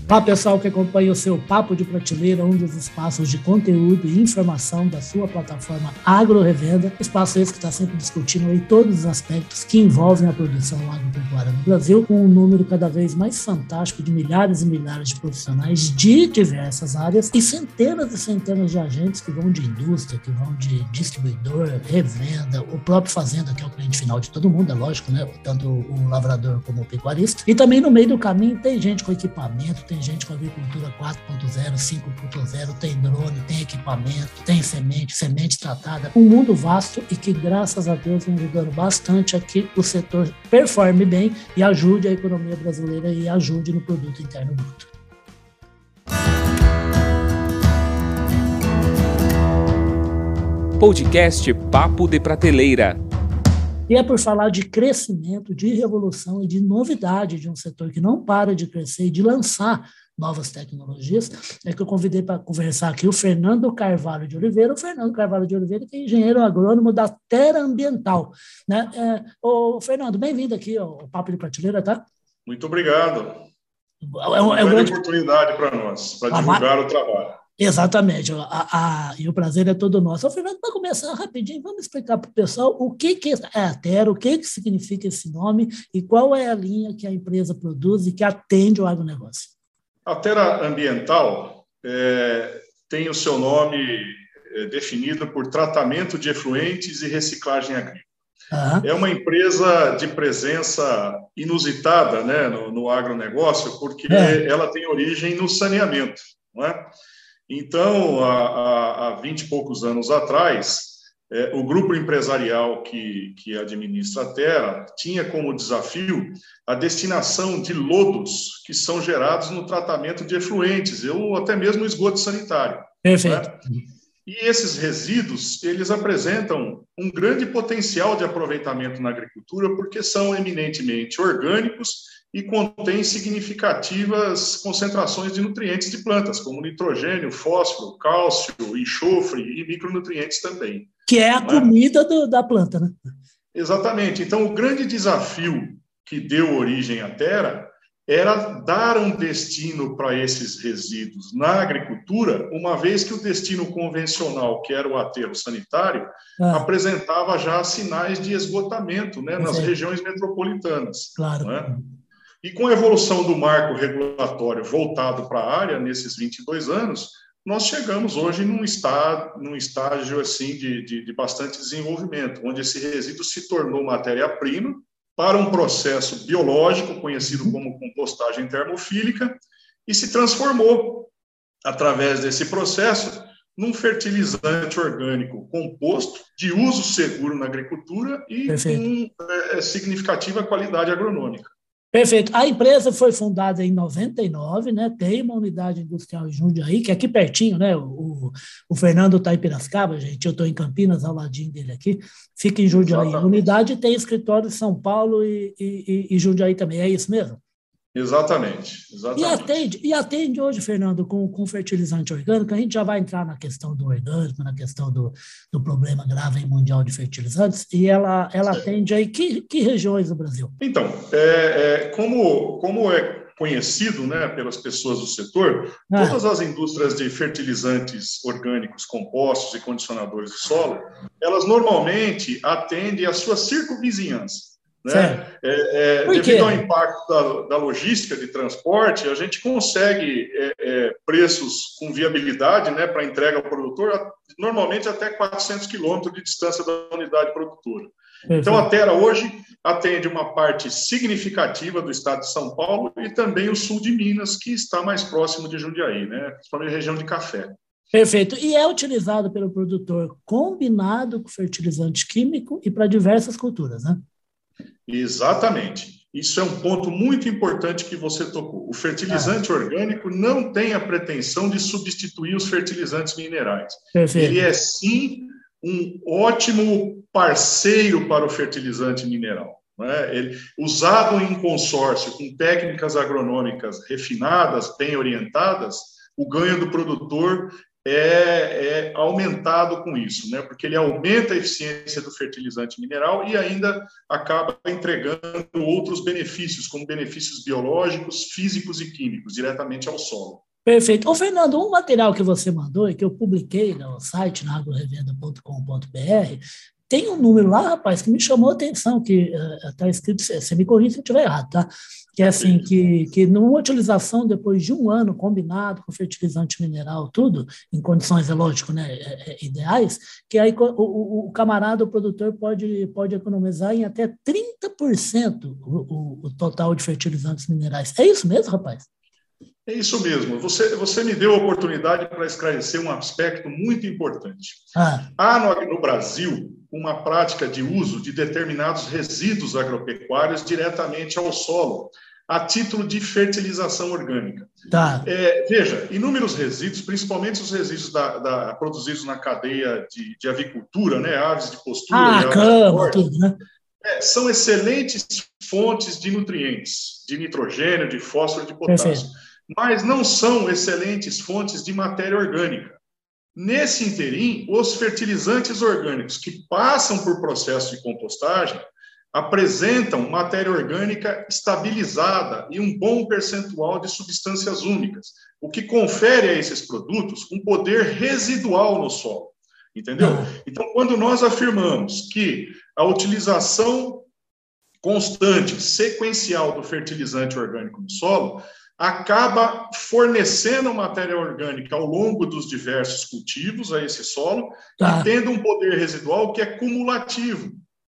Olá, pessoal que acompanha o seu Papo de Prateleira, um dos espaços de conteúdo e informação da sua plataforma Agro Revenda. Espaço esse que está sempre discutindo aí todos os aspectos que envolvem a produção agropecuária no Brasil, com um número cada vez mais fantástico de milhares e milhares de profissionais de diversas áreas e centenas de agentes que vão de indústria, que vão de distribuidor, revenda, o próprio fazenda, que é o cliente final de todo mundo, é lógico, né? Tanto o lavrador como o pecuarista. E também no meio do caminho tem gente com equipamento, tem gente com agricultura 4.0, 5.0, tem drone, tem equipamento, tem semente tratada. Um mundo vasto e que, graças a Deus, vem ajudando bastante a que o setor performe bem e ajude a economia brasileira e ajude no produto interno bruto. Podcast Papo de Prateleira. E é por falar de crescimento, de revolução e de novidade de um setor que não para de crescer e de lançar novas tecnologias, é que eu convidei para conversar aqui o Fernando Carvalho de Oliveira. O Fernando Carvalho de Oliveira, que é engenheiro agrônomo da Terra Ambiental, né? Ô, Fernando, bem-vindo aqui ao Papo de Prateleira, tá? Muito obrigado. É uma grande oportunidade para nós, para divulgar o trabalho. Exatamente, e o prazer é todo nosso. Ô, Fernando, para começar rapidinho, vamos explicar para o pessoal o que é a Terra, o que significa esse nome e qual é a linha que a empresa produz e que atende o agronegócio. A Terra Ambiental tem o seu nome definido por tratamento de efluentes e reciclagem agrícola. É uma empresa de presença inusitada, né, no agronegócio, porque ela tem origem no saneamento, não é? Então, há 20 e poucos anos atrás, o grupo empresarial que administra a Terra tinha como desafio a destinação de lodos que são gerados no tratamento de efluentes, ou até mesmo esgoto sanitário. Perfeito. Né? E esses resíduos, eles apresentam um grande potencial de aproveitamento na agricultura, porque são eminentemente orgânicos e contém significativas concentrações de nutrientes de plantas, como nitrogênio, fósforo, cálcio, enxofre e micronutrientes também. Que é a comida da planta, né? Exatamente. Então, o grande desafio que deu origem à Terra era dar um destino para esses resíduos na agricultura, uma vez que o destino convencional, que era o aterro sanitário, apresentava já sinais de esgotamento, né, nas regiões metropolitanas. Claro. Né? E com a evolução do marco regulatório voltado para a área, nesses 22 anos, nós chegamos hoje num estágio assim, de bastante desenvolvimento, onde esse resíduo se tornou matéria-prima para um processo biológico conhecido como compostagem termofílica e se transformou, através desse processo, num fertilizante orgânico composto, de uso seguro na agricultura e com significativa qualidade agronômica. Perfeito. A empresa foi fundada em 99, né? Tem uma unidade industrial em Jundiaí, que é aqui pertinho, né? O Fernando está em Piracicaba, gente. Eu estou em Campinas, ao ladinho dele aqui. Fica em Jundiaí. Exatamente. A unidade tem escritório em São Paulo e Jundiaí também. É isso mesmo? Exatamente. E atende hoje, Fernando, com fertilizante orgânico. A gente já vai entrar na questão do orgânico, na questão do problema grave mundial de fertilizantes, e ela atende aí que regiões do Brasil? Então, como é conhecido, né, pelas pessoas do setor, todas as indústrias de fertilizantes orgânicos compostos e condicionadores de solo, elas normalmente atendem a sua circunvizinhança. Né? Devido ao impacto da logística de transporte, a gente consegue preços com viabilidade, né, para entrega ao produtor, normalmente até 400 quilômetros de distância da unidade produtora. Então, a Terra hoje atende uma parte significativa do estado de São Paulo e também o sul de Minas, que está mais próximo de Jundiaí, né, principalmente a região de café. Perfeito. E é utilizado pelo produtor combinado com fertilizante químico e para diversas culturas, né? Exatamente. Isso é um ponto muito importante que você tocou. O fertilizante orgânico não tem a pretensão de substituir os fertilizantes minerais. Perfeito. Ele é, sim, um ótimo parceiro para o fertilizante mineral. Né? Ele, usado em consórcio com técnicas agronômicas refinadas, bem orientadas, o ganho do produtor é aumentado com isso, né? Porque ele aumenta a eficiência do fertilizante mineral e ainda acaba entregando outros benefícios, como benefícios biológicos, físicos e químicos, diretamente ao solo. Perfeito. Ô, Fernando, um material que você mandou e que eu publiquei no site, na agrorevenda.com.br, tem um número lá, rapaz, que me chamou a atenção, que está escrito, você me corrija se eu estiver errado, tá? Que é assim, que numa utilização depois de um ano combinado com fertilizante mineral, tudo, em condições, é lógico, né, ideais, que aí o camarada, o produtor, pode economizar em até 30% o total de fertilizantes minerais. É isso mesmo, rapaz? É isso mesmo. Você me deu a oportunidade para esclarecer um aspecto muito importante. Há no Brasil uma prática de uso de determinados resíduos agropecuários diretamente ao solo, a título de fertilização orgânica. Tá. Veja, inúmeros resíduos, principalmente os resíduos produzidos na cadeia de avicultura, né, aves de postura, cama, tudo, né? São excelentes fontes de nutrientes, de nitrogênio, de fósforo, de potássio. Perfeito. Mas não são excelentes fontes de matéria orgânica. Nesse interim, os fertilizantes orgânicos que passam por processo de compostagem apresentam matéria orgânica estabilizada e um bom percentual de substâncias úmicas, o que confere a esses produtos um poder residual no solo. Entendeu? Então, quando nós afirmamos que a utilização constante, sequencial do fertilizante orgânico no solo acaba fornecendo matéria orgânica ao longo dos diversos cultivos a esse solo e tendo um poder residual que é cumulativo.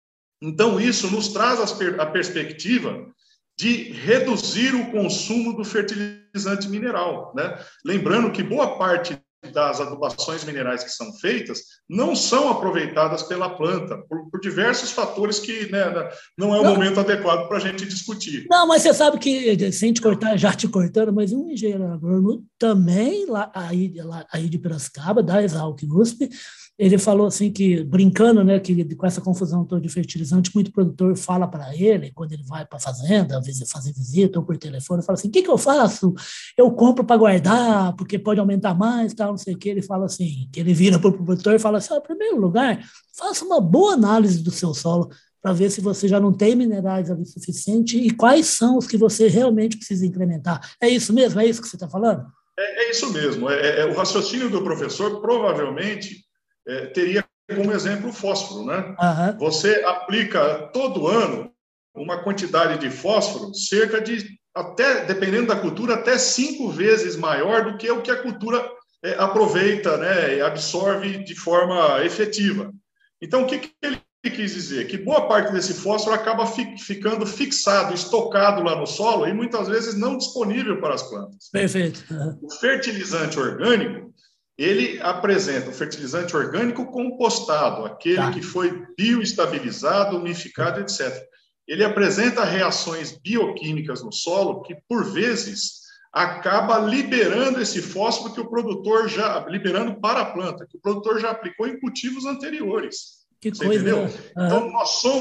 Então, isso nos traz a perspectiva de reduzir o consumo do fertilizante mineral, né? Lembrando que boa parte das adubações minerais que são feitas não são aproveitadas pela planta, por diversos fatores que, né, não é o momento adequado para a gente discutir. Não, mas você sabe que, sem te cortar, já te cortando, mas um engenheiro agrônomo também, lá aí de Piracicaba, da Exalc USP, ele falou assim que, brincando, né, que com essa confusão toda de fertilizante, muito produtor fala para ele, quando ele vai para a fazenda, fazer visita ou por telefone, fala assim, o que eu faço? Eu compro para guardar, porque pode aumentar mais, tal, não sei o que. Ele fala assim, que ele vira para o produtor e fala assim, em primeiro lugar, faça uma boa análise do seu solo, para ver se você já não tem minerais ali suficiente e quais são os que você realmente precisa incrementar. É isso mesmo? É isso que você está falando? É isso mesmo. O raciocínio do professor provavelmente teria como exemplo o fósforo, né? Você aplica todo ano uma quantidade de fósforo cerca de, até, dependendo da cultura, até 5 vezes maior do que o que a cultura aproveita, né, e absorve de forma efetiva. Então, o que ele quis dizer? Que boa parte desse fósforo acaba ficando fixado, estocado lá no solo e muitas vezes não disponível para as plantas. Perfeito. O fertilizante orgânico, ele apresenta o fertilizante orgânico compostado, aquele que foi bioestabilizado, umificado, etc. Ele apresenta reações bioquímicas no solo que, por vezes, acaba liberando esse fósforo que o produtor liberando para a planta, que o produtor já aplicou em cultivos anteriores. Que coisa, entendeu? Então,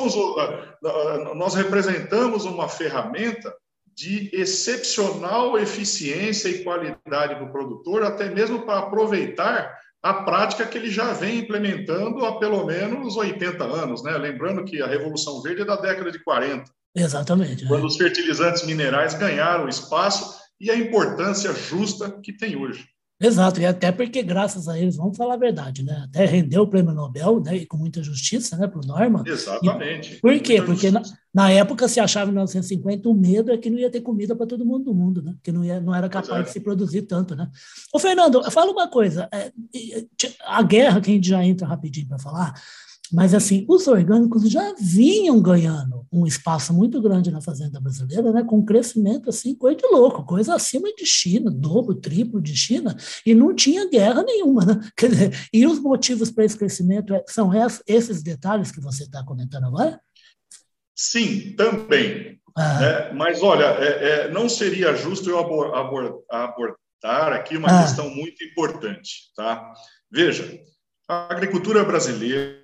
nós representamos uma ferramenta de excepcional eficiência e qualidade do produtor, até mesmo para aproveitar a prática que ele já vem implementando há pelo menos 80 anos, né? Lembrando que a Revolução Verde é da década de 40. Exatamente. Quando os fertilizantes minerais ganharam espaço e a importância justa que tem hoje. Exato, e até porque, graças a eles, vamos falar a verdade, né? Até rendeu o prêmio Nobel, né? E com muita justiça, né? Para o Norman. Exatamente. Por quê? Porque na época se achava em 1950 o medo é que não ia ter comida para todo mundo do mundo, né? Que não era capaz de se produzir tanto, né? Ô, Fernando, fala uma coisa. A guerra, que a gente já entra rapidinho para falar, mas, assim, os orgânicos já vinham ganhando um espaço muito grande na fazenda brasileira, né, com um crescimento, assim, coisa de louco, coisa acima de China, dobro, triplo de China, e não tinha guerra nenhuma, né? Quer dizer, e os motivos para esse crescimento são esses detalhes que você está comentando agora? Sim, também. Né? Mas, olha, não seria justo eu abordar aqui uma questão muito importante, tá? Veja, a agricultura brasileira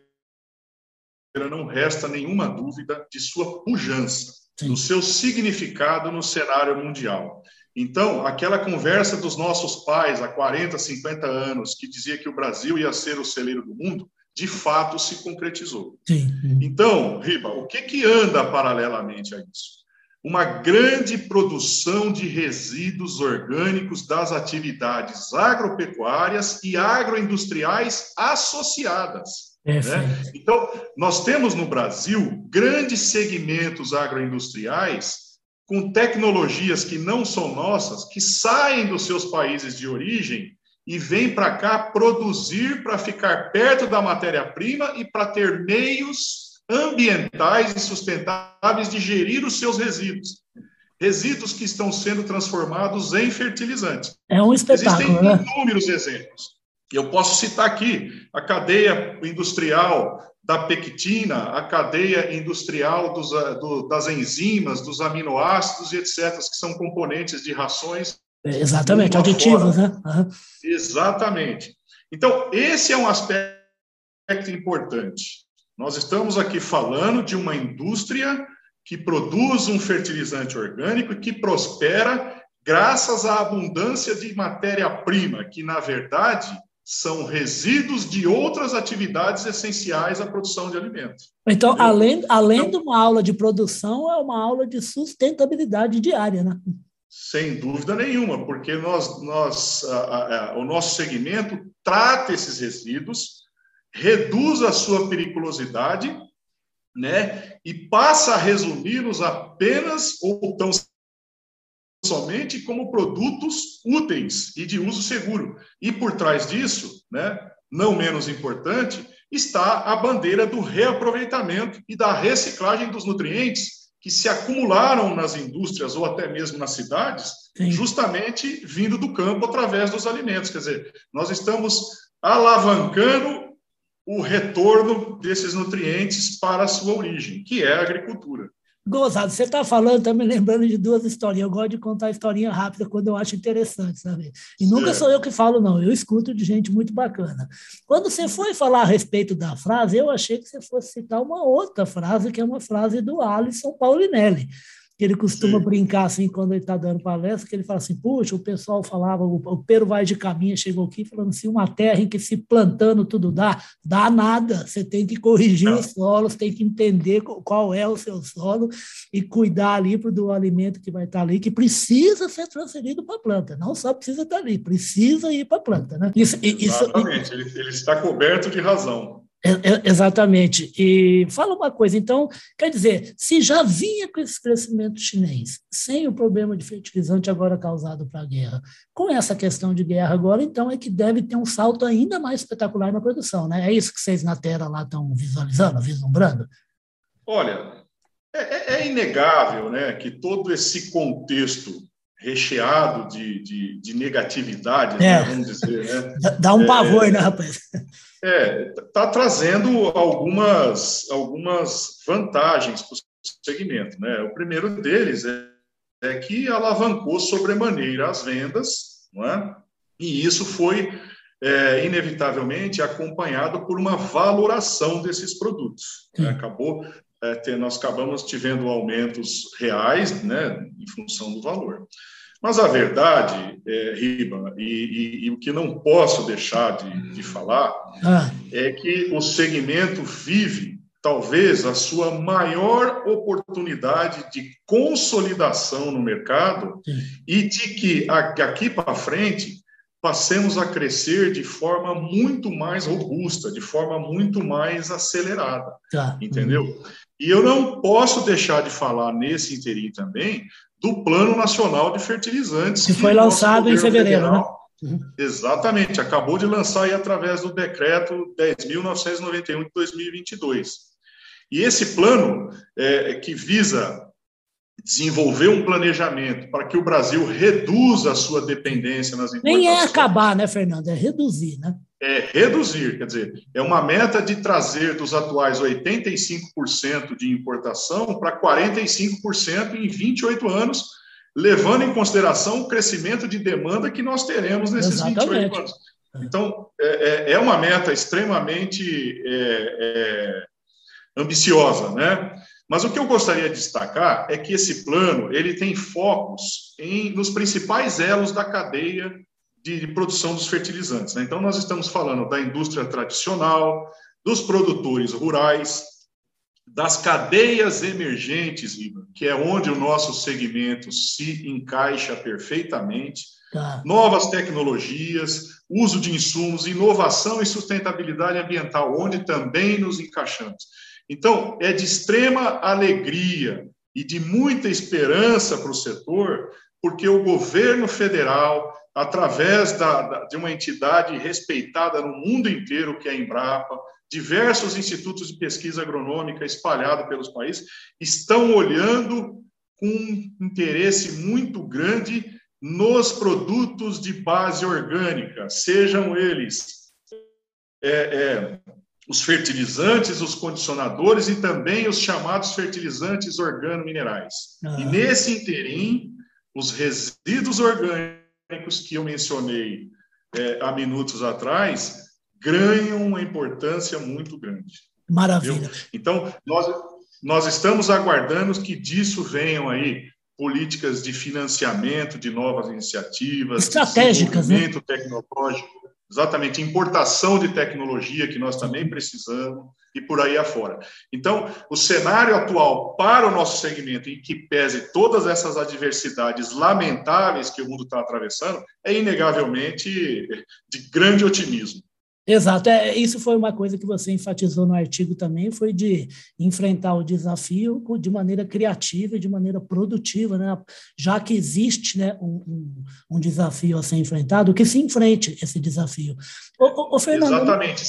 não resta nenhuma dúvida de sua pujança, do seu significado no cenário mundial. Então, aquela conversa dos nossos pais há 40, 50 anos, que dizia que o Brasil ia ser o celeiro do mundo, de fato se concretizou. Sim. Então, Riba, o que anda paralelamente a isso? Uma grande produção de resíduos orgânicos das atividades agropecuárias e agroindustriais associadas. Né? Então, nós temos no Brasil grandes segmentos agroindustriais com tecnologias que não são nossas, que saem dos seus países de origem e vêm para cá produzir para ficar perto da matéria-prima e para ter meios ambientais e sustentáveis de gerir os seus resíduos. Resíduos que estão sendo transformados em fertilizantes. É um espetáculo, Existem inúmeros exemplos. Eu posso citar aqui a cadeia industrial da pectina, a cadeia industrial das enzimas, dos aminoácidos e etc., que são componentes de rações. Exatamente, aditivos, né? Uhum. Exatamente. Então, esse é um aspecto importante. Nós estamos aqui falando de uma indústria que produz um fertilizante orgânico e que prospera graças à abundância de matéria-prima, que, na verdade, são resíduos de outras atividades essenciais à produção de alimentos. Então, além de uma aula de produção, é uma aula de sustentabilidade diária, né? Sem dúvida nenhuma, porque o nosso segmento trata esses resíduos, reduz a sua periculosidade, né, e passa a resumi-los apenas ou tão somente como produtos úteis e de uso seguro. E por trás disso, né, não menos importante, está a bandeira do reaproveitamento e da reciclagem dos nutrientes que se acumularam nas indústrias ou até mesmo nas cidades, Sim. justamente vindo do campo através dos alimentos. Quer dizer, nós estamos alavancando o retorno desses nutrientes para a sua origem, que é a agricultura. Gozado, você está falando, está me lembrando de duas historinhas. Eu gosto de contar historinha rápida quando eu acho interessante, sabe? E nunca sou eu que falo, não. Eu escuto de gente muito bacana. Quando você foi falar a respeito da frase, eu achei que você fosse citar uma outra frase, que é uma frase do Alisson Paulinelli, que ele costuma brincar assim quando ele está dando palestra, que ele fala assim, puxa, o pessoal falava, o Pero Vaz de Caminha chegou aqui falando assim, uma terra em que se plantando tudo dá nada, você tem que corrigir os solos, tem que entender qual é o seu solo e cuidar ali do alimento que vai estar ali, que precisa ser transferido para a planta, não só precisa estar ali, precisa ir para a planta, né? Exatamente, ele está coberto de razão. Exatamente. E fala uma coisa, então, quer dizer, se já vinha com esse crescimento chinês, sem o problema de fertilizante agora causado para a guerra, com essa questão de guerra agora, então é que deve ter um salto ainda mais espetacular na produção, né? É isso que vocês na Terra lá estão visualizando, vislumbrando? Olha, é inegável, né, que todo esse contexto recheado de negatividade, né, vamos dizer, né? Dá um pavor, né, rapaz? Está trazendo algumas vantagens para o segmento, né? O primeiro deles é que alavancou sobremaneira as vendas, não é? E isso foi inevitavelmente acompanhado por uma valoração desses produtos. Né? Nós acabamos tivendo aumentos reais, né, em função do valor. Mas a verdade, Riba, e o que não posso deixar de falar, é que o segmento vive, talvez, a sua maior oportunidade de consolidação no mercado e de que, aqui para frente, passemos a crescer de forma muito mais robusta, de forma muito mais acelerada, entendeu? E eu não posso deixar de falar nesse interim também do Plano Nacional de Fertilizantes. Que foi lançado em fevereiro, federal, né? Exatamente, acabou de lançar aí através do decreto 10.991 de 2022. E esse plano que visa desenvolver um planejamento para que o Brasil reduza a sua dependência nas importações. Nem é acabar, né, Fernando? É reduzir, né? É reduzir, quer dizer, é uma meta de trazer dos atuais 85% de importação para 45% em 28 anos, levando em consideração o crescimento de demanda que nós teremos nesses 28 anos. Então, é uma meta extremamente ambiciosa, né? Mas o que eu gostaria de destacar é que esse plano ele tem focos nos principais elos da cadeia de produção dos fertilizantes, né? Então, nós estamos falando da indústria tradicional, dos produtores rurais, das cadeias emergentes, que é onde o nosso segmento se encaixa perfeitamente, novas tecnologias, uso de insumos, inovação e sustentabilidade ambiental, onde também nos encaixamos. Então, é de extrema alegria e de muita esperança para o setor, porque o governo federal, através de uma entidade respeitada no mundo inteiro, que é a Embrapa, diversos institutos de pesquisa agronômica espalhados pelos países, estão olhando com interesse muito grande nos produtos de base orgânica, sejam eles os fertilizantes, os condicionadores e também os chamados fertilizantes organominerais. E nesse interim, os resíduos orgânicos que eu mencionei há minutos atrás ganham uma importância muito grande. Maravilha. Entendeu? Então, nós estamos aguardando que disso venham aí políticas de financiamento de novas iniciativas, estratégicas, desenvolvimento tecnológico, exatamente, importação de tecnologia que nós também precisamos e por aí afora. Então, o cenário atual para o nosso segmento, em que pese todas essas adversidades lamentáveis que o mundo está atravessando, é inegavelmente de grande otimismo. Exato, isso foi uma coisa que você enfatizou no artigo também, foi de enfrentar o desafio de maneira criativa e de maneira produtiva, né? Já que existe, né, um desafio a ser enfrentado, que se enfrente esse desafio. Fernando, exatamente,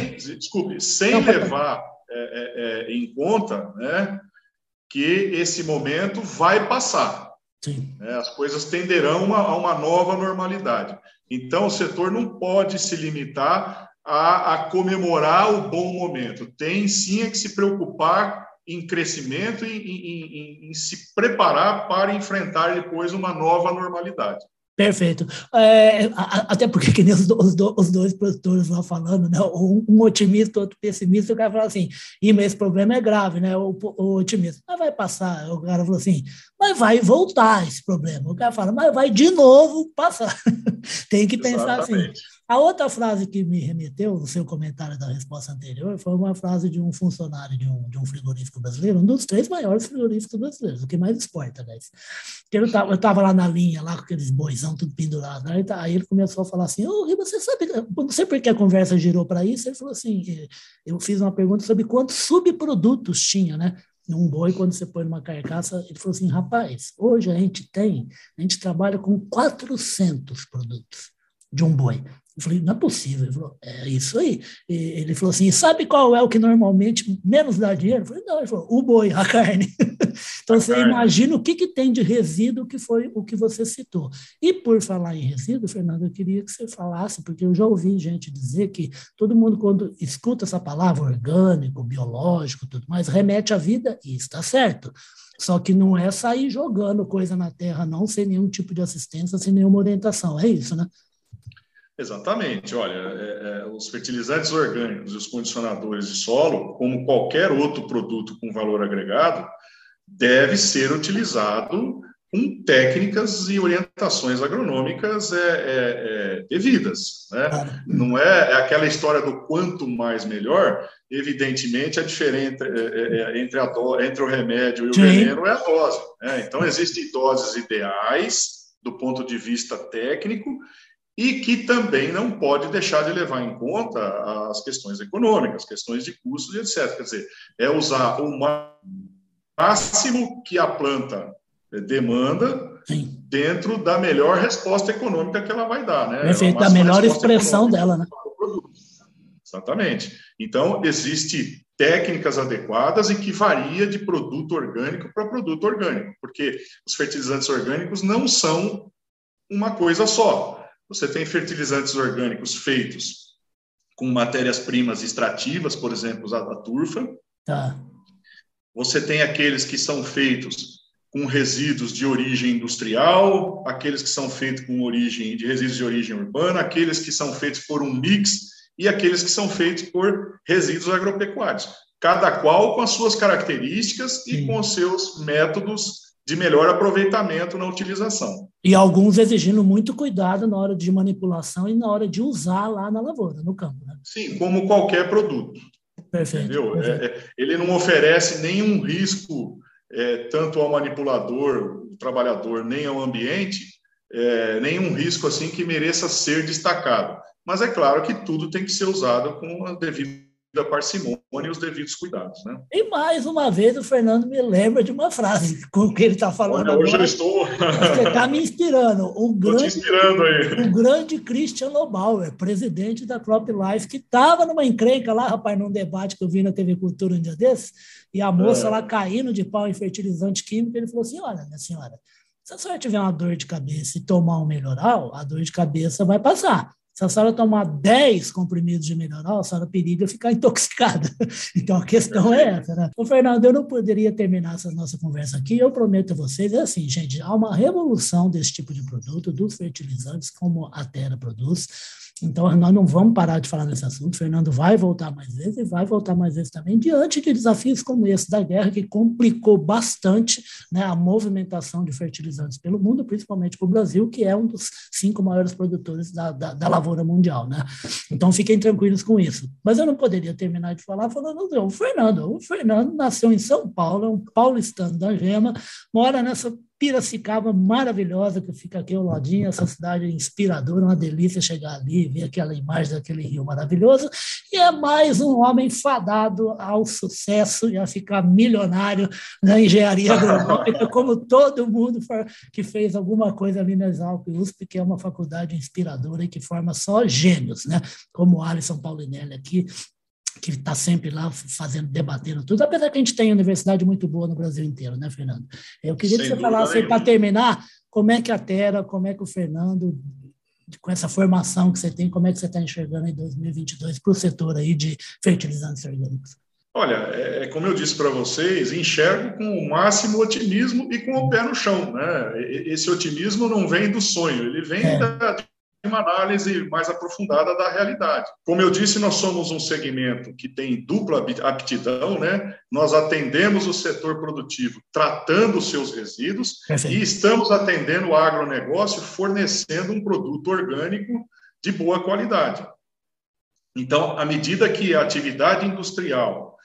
sem levar em conta, né, que esse momento vai passar. Sim. As coisas tenderão a uma nova normalidade. Então, o setor não pode se limitar a comemorar o bom momento. Tem, sim, que se preocupar em crescimento e em se preparar para enfrentar depois uma nova normalidade. Perfeito. Até porque, que nem os dois produtores lá falando, né? Um otimista, outro pessimista, o cara fala assim, mas esse problema é grave, né? O otimista, mas vai passar. O cara falou assim, mas vai voltar esse problema. O cara fala, mas vai de novo passar. Tem que pensar assim. A outra frase que me remeteu, no seu comentário da resposta anterior, foi uma frase de um funcionário de um frigorífico brasileiro, um dos 3 maiores frigoríficos brasileiros, o que mais exporta, né? Eu estava lá na linha, lá com aqueles boizão tudo pendurado, né? Aí ele começou a falar assim, você sabe, não sei por que a conversa girou para isso, ele falou assim, eu fiz uma pergunta sobre quantos subprodutos tinha, né? Num boi, quando você põe numa carcaça, ele falou assim, rapaz, hoje a gente trabalha com 400 produtos de um boi. Eu falei, não é possível. Ele falou, é isso aí. Ele falou assim, sabe qual é o que normalmente menos dá dinheiro? Eu falei, não. Ele falou, o boi, a carne. Então, você imagina o que tem de resíduo, que foi o que você citou. E por falar em resíduo, Fernando, eu queria que você falasse, porque eu já ouvi gente dizer que todo mundo, quando escuta essa palavra orgânico, biológico, tudo mais, remete à vida, e está certo. Só que não é sair jogando coisa na terra, não, sem nenhum tipo de assistência, sem nenhuma orientação. É isso, né? Exatamente. Olha, os fertilizantes orgânicos e os condicionadores de solo, como qualquer outro produto com valor agregado, deve ser utilizado com técnicas e orientações agronômicas devidas, né? Não é aquela história do quanto mais melhor. Evidentemente, a diferença entre o remédio e o veneno é a dose, né? Então, existem doses ideais do ponto de vista técnico e que também não pode deixar de levar em conta as questões econômicas, questões de custos e etc. Quer dizer, é usar o máximo que a planta demanda dentro da melhor resposta econômica que ela vai dar, né? Perfeito, da melhor expressão dela, né? Exatamente. Então, existem técnicas adequadas e que varia de produto orgânico para produto orgânico, porque os fertilizantes orgânicos não são uma coisa só. Você tem fertilizantes orgânicos feitos com matérias-primas extrativas, por exemplo, a turfa. Tá. Você tem aqueles que são feitos com resíduos de origem industrial, aqueles que são feitos de resíduos de origem urbana, aqueles que são feitos por um mix e aqueles que são feitos por resíduos agropecuários. cada qual com as suas características e com os seus métodos de melhor aproveitamento na utilização. E alguns exigindo muito cuidado na hora de manipulação e na hora de usar lá na lavoura, no campo. Né? Sim, como qualquer produto. Perfeito. Entendeu? Perfeito. Ele não oferece nenhum risco, tanto ao manipulador, o trabalhador, nem ao ambiente, nenhum risco assim que mereça ser destacado. Mas é claro que tudo tem que ser usado com a devida parcimônia e os devidos cuidados, né? E mais uma vez o Fernando me lembra de uma frase com o que ele está falando. Olha, hoje agora. Eu estou... Você está me inspirando. Estou te inspirando aí. O grande Christian Lobauer, presidente da Crop Life, que estava numa encrenca lá, rapaz, num debate que eu vi na TV Cultura um dia desses, e a moça lá caindo de pau em fertilizante químico, ele falou assim, olha, minha senhora, se a senhora tiver uma dor de cabeça e tomar um melhoral, a dor de cabeça vai passar. Se a senhora tomar 10 comprimidos de melhoral, a senhora periga ficar intoxicada. Então, a questão é essa, né? Ô, Fernando, eu não poderia terminar essa nossa conversa aqui. Eu prometo a vocês, é assim, gente, há uma revolução desse tipo de produto, dos fertilizantes, como a Terra produz. Então, nós não vamos parar de falar nesse assunto. O Fernando vai voltar mais vezes e vai voltar mais vezes também, diante de desafios como esse da guerra, que complicou bastante, né, a movimentação de fertilizantes pelo mundo, principalmente para o Brasil, que é um dos 5 maiores produtores da lavoura mundial. Né? Então, fiquem tranquilos com isso. Mas eu não poderia terminar de falar falando o Fernando. O Fernando nasceu em São Paulo, é um paulistano da Gema, mora nessa Piracicaba maravilhosa, que fica aqui ao ladinho, essa cidade inspiradora, uma delícia chegar ali e ver aquela imagem daquele rio maravilhoso, e é mais um homem fadado ao sucesso e a ficar milionário na engenharia agronômica, como todo mundo que fez alguma coisa ali na Exalc USP, que é uma faculdade inspiradora e que forma só gênios, né? Como o Alisson Paulinelli aqui, que está sempre lá fazendo, debatendo tudo, apesar que a gente tem universidade muito boa no Brasil inteiro, né, Fernando? Eu queria que você falasse, para terminar, como é que a Terra, como é que o Fernando, com essa formação que você tem, como é que você está enxergando em 2022 para o setor aí de fertilizantes orgânicos? Olha, como eu disse para vocês, enxergo com o máximo otimismo e com o pé no chão, né? Esse otimismo não vem do sonho, ele vem uma análise mais aprofundada da realidade. Como eu disse, nós somos um segmento que tem dupla aptidão, né? Nós atendemos o setor produtivo tratando os seus resíduos e estamos atendendo o agronegócio fornecendo um produto orgânico de boa qualidade. Então, à medida que a atividade industrial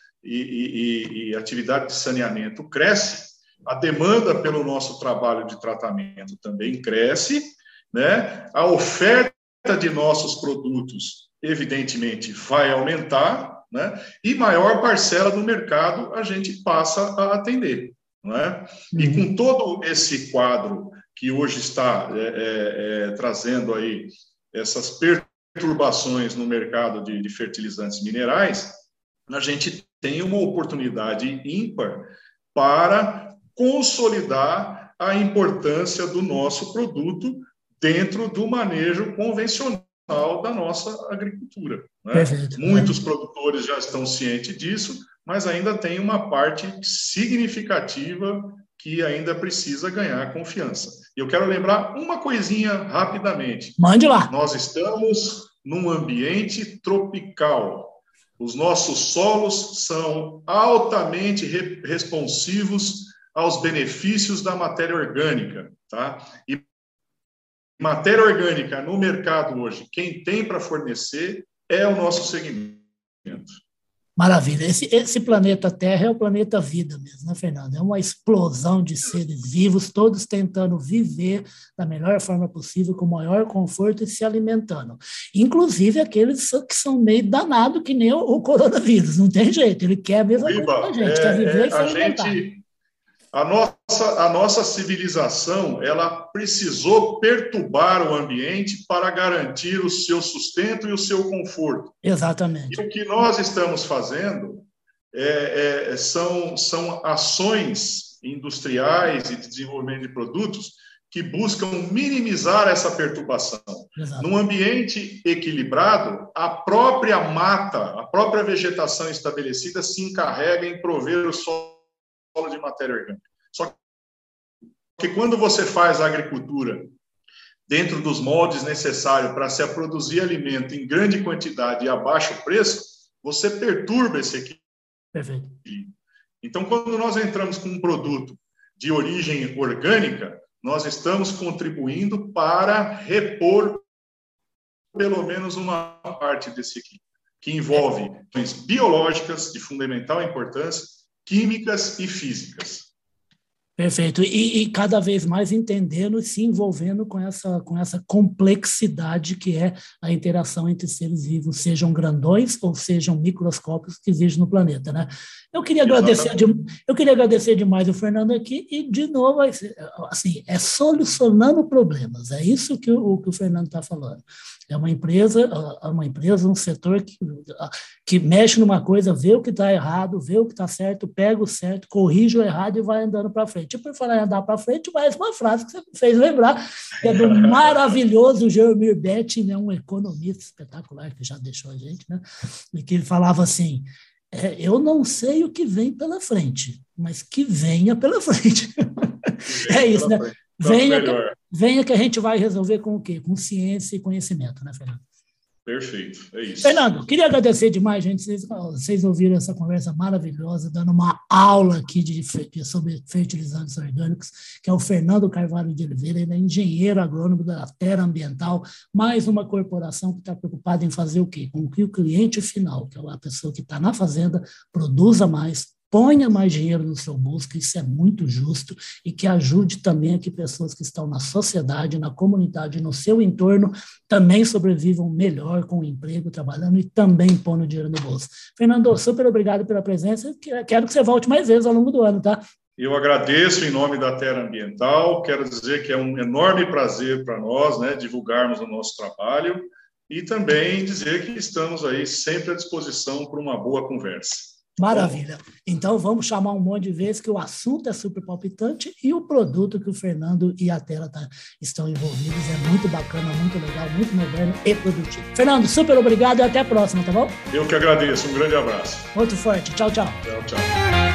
e atividade de saneamento cresce, a demanda pelo nosso trabalho de tratamento também cresce, né? A oferta de nossos produtos, evidentemente, vai aumentar, né? E maior parcela do mercado a gente passa a atender, não é? E com todo esse quadro que hoje está trazendo aí essas perturbações no mercado de fertilizantes minerais, a gente tem uma oportunidade ímpar para consolidar a importância do nosso produto dentro do manejo convencional da nossa agricultura. Né? Muitos produtores já estão cientes disso, mas ainda tem uma parte significativa que ainda precisa ganhar confiança. Eu quero lembrar uma coisinha rapidamente. Mande lá. Nós estamos num ambiente tropical. Os nossos solos são altamente responsivos aos benefícios da matéria orgânica, tá? E matéria orgânica no mercado hoje, quem tem para fornecer é o nosso segmento. Maravilha. Esse planeta Terra é o planeta vida mesmo, né, Fernando? É uma explosão de seres vivos, todos tentando viver da melhor forma possível, com o maior conforto e se alimentando. Inclusive aqueles que são meio danados, que nem o coronavírus. Não tem jeito, ele quer a mesma coisa que a gente, quer viver e se alimentar. A nossa civilização, ela precisou perturbar o ambiente para garantir o seu sustento e o seu conforto. Exatamente. E o que nós estamos fazendo são ações industriais e de desenvolvimento de produtos que buscam minimizar essa perturbação. Exato. Num ambiente equilibrado, a própria mata, a própria vegetação estabelecida se encarrega em prover o solo de matéria orgânica. Só que quando você faz a agricultura dentro dos moldes necessários para se produzir alimento em grande quantidade e a baixo preço, você perturba esse Perfeito. Então, quando nós entramos com um produto de origem orgânica, nós estamos contribuindo para repor pelo menos uma parte desse equilíbrio, que envolve questões biológicas de fundamental importância, químicas e físicas. Perfeito. E cada vez mais entendendo e se envolvendo com essa complexidade que é a interação entre seres vivos, sejam grandões ou sejam microscópios que existem no planeta, né? Eu queria agradecer demais o Fernando aqui e, de novo, assim, é solucionando problemas. É isso que o Fernando está falando. É uma empresa, um setor que mexe numa coisa, vê o que está errado, vê o que está certo, pega o certo, corrige o errado e vai andando para frente. E por falar em andar para frente, mais uma frase que você me fez lembrar, que é do maravilhoso Jeremy Betting, né, um economista espetacular que já deixou a gente, né, e que ele falava assim, eu não sei o que vem pela frente, mas que venha pela frente. É isso, né? Venha que a gente vai resolver com o quê? Com ciência e conhecimento, né, Fernando? Perfeito, é isso. Fernando, queria agradecer demais, gente. Vocês ouviram essa conversa maravilhosa, dando uma aula aqui sobre fertilizantes orgânicos, que é o Fernando Carvalho de Oliveira, ele é engenheiro agrônomo da Terra Ambiental, mais uma corporação que está preocupada em fazer o quê? Com que o cliente final, que é a pessoa que está na fazenda, produza mais, ponha mais dinheiro no seu bolso, que isso é muito justo, e que ajude também a que pessoas que estão na sociedade, na comunidade, no seu entorno, também sobrevivam melhor com o emprego, trabalhando e também pondo dinheiro no bolso. Fernando, super obrigado pela presença, quero que você volte mais vezes ao longo do ano, tá? Eu agradeço em nome da Terra Ambiental, quero dizer que é um enorme prazer para nós, né, divulgarmos o nosso trabalho e também dizer que estamos aí sempre à disposição para uma boa conversa. Maravilha. Então, vamos chamar um monte de vezes que o assunto é super palpitante e o produto que o Fernando e a Terra estão envolvidos é muito bacana, muito legal, muito moderno e produtivo. Fernando, super obrigado e até a próxima, tá bom? Eu que agradeço. Um grande abraço. Muito forte. Tchau, tchau. Tchau, tchau.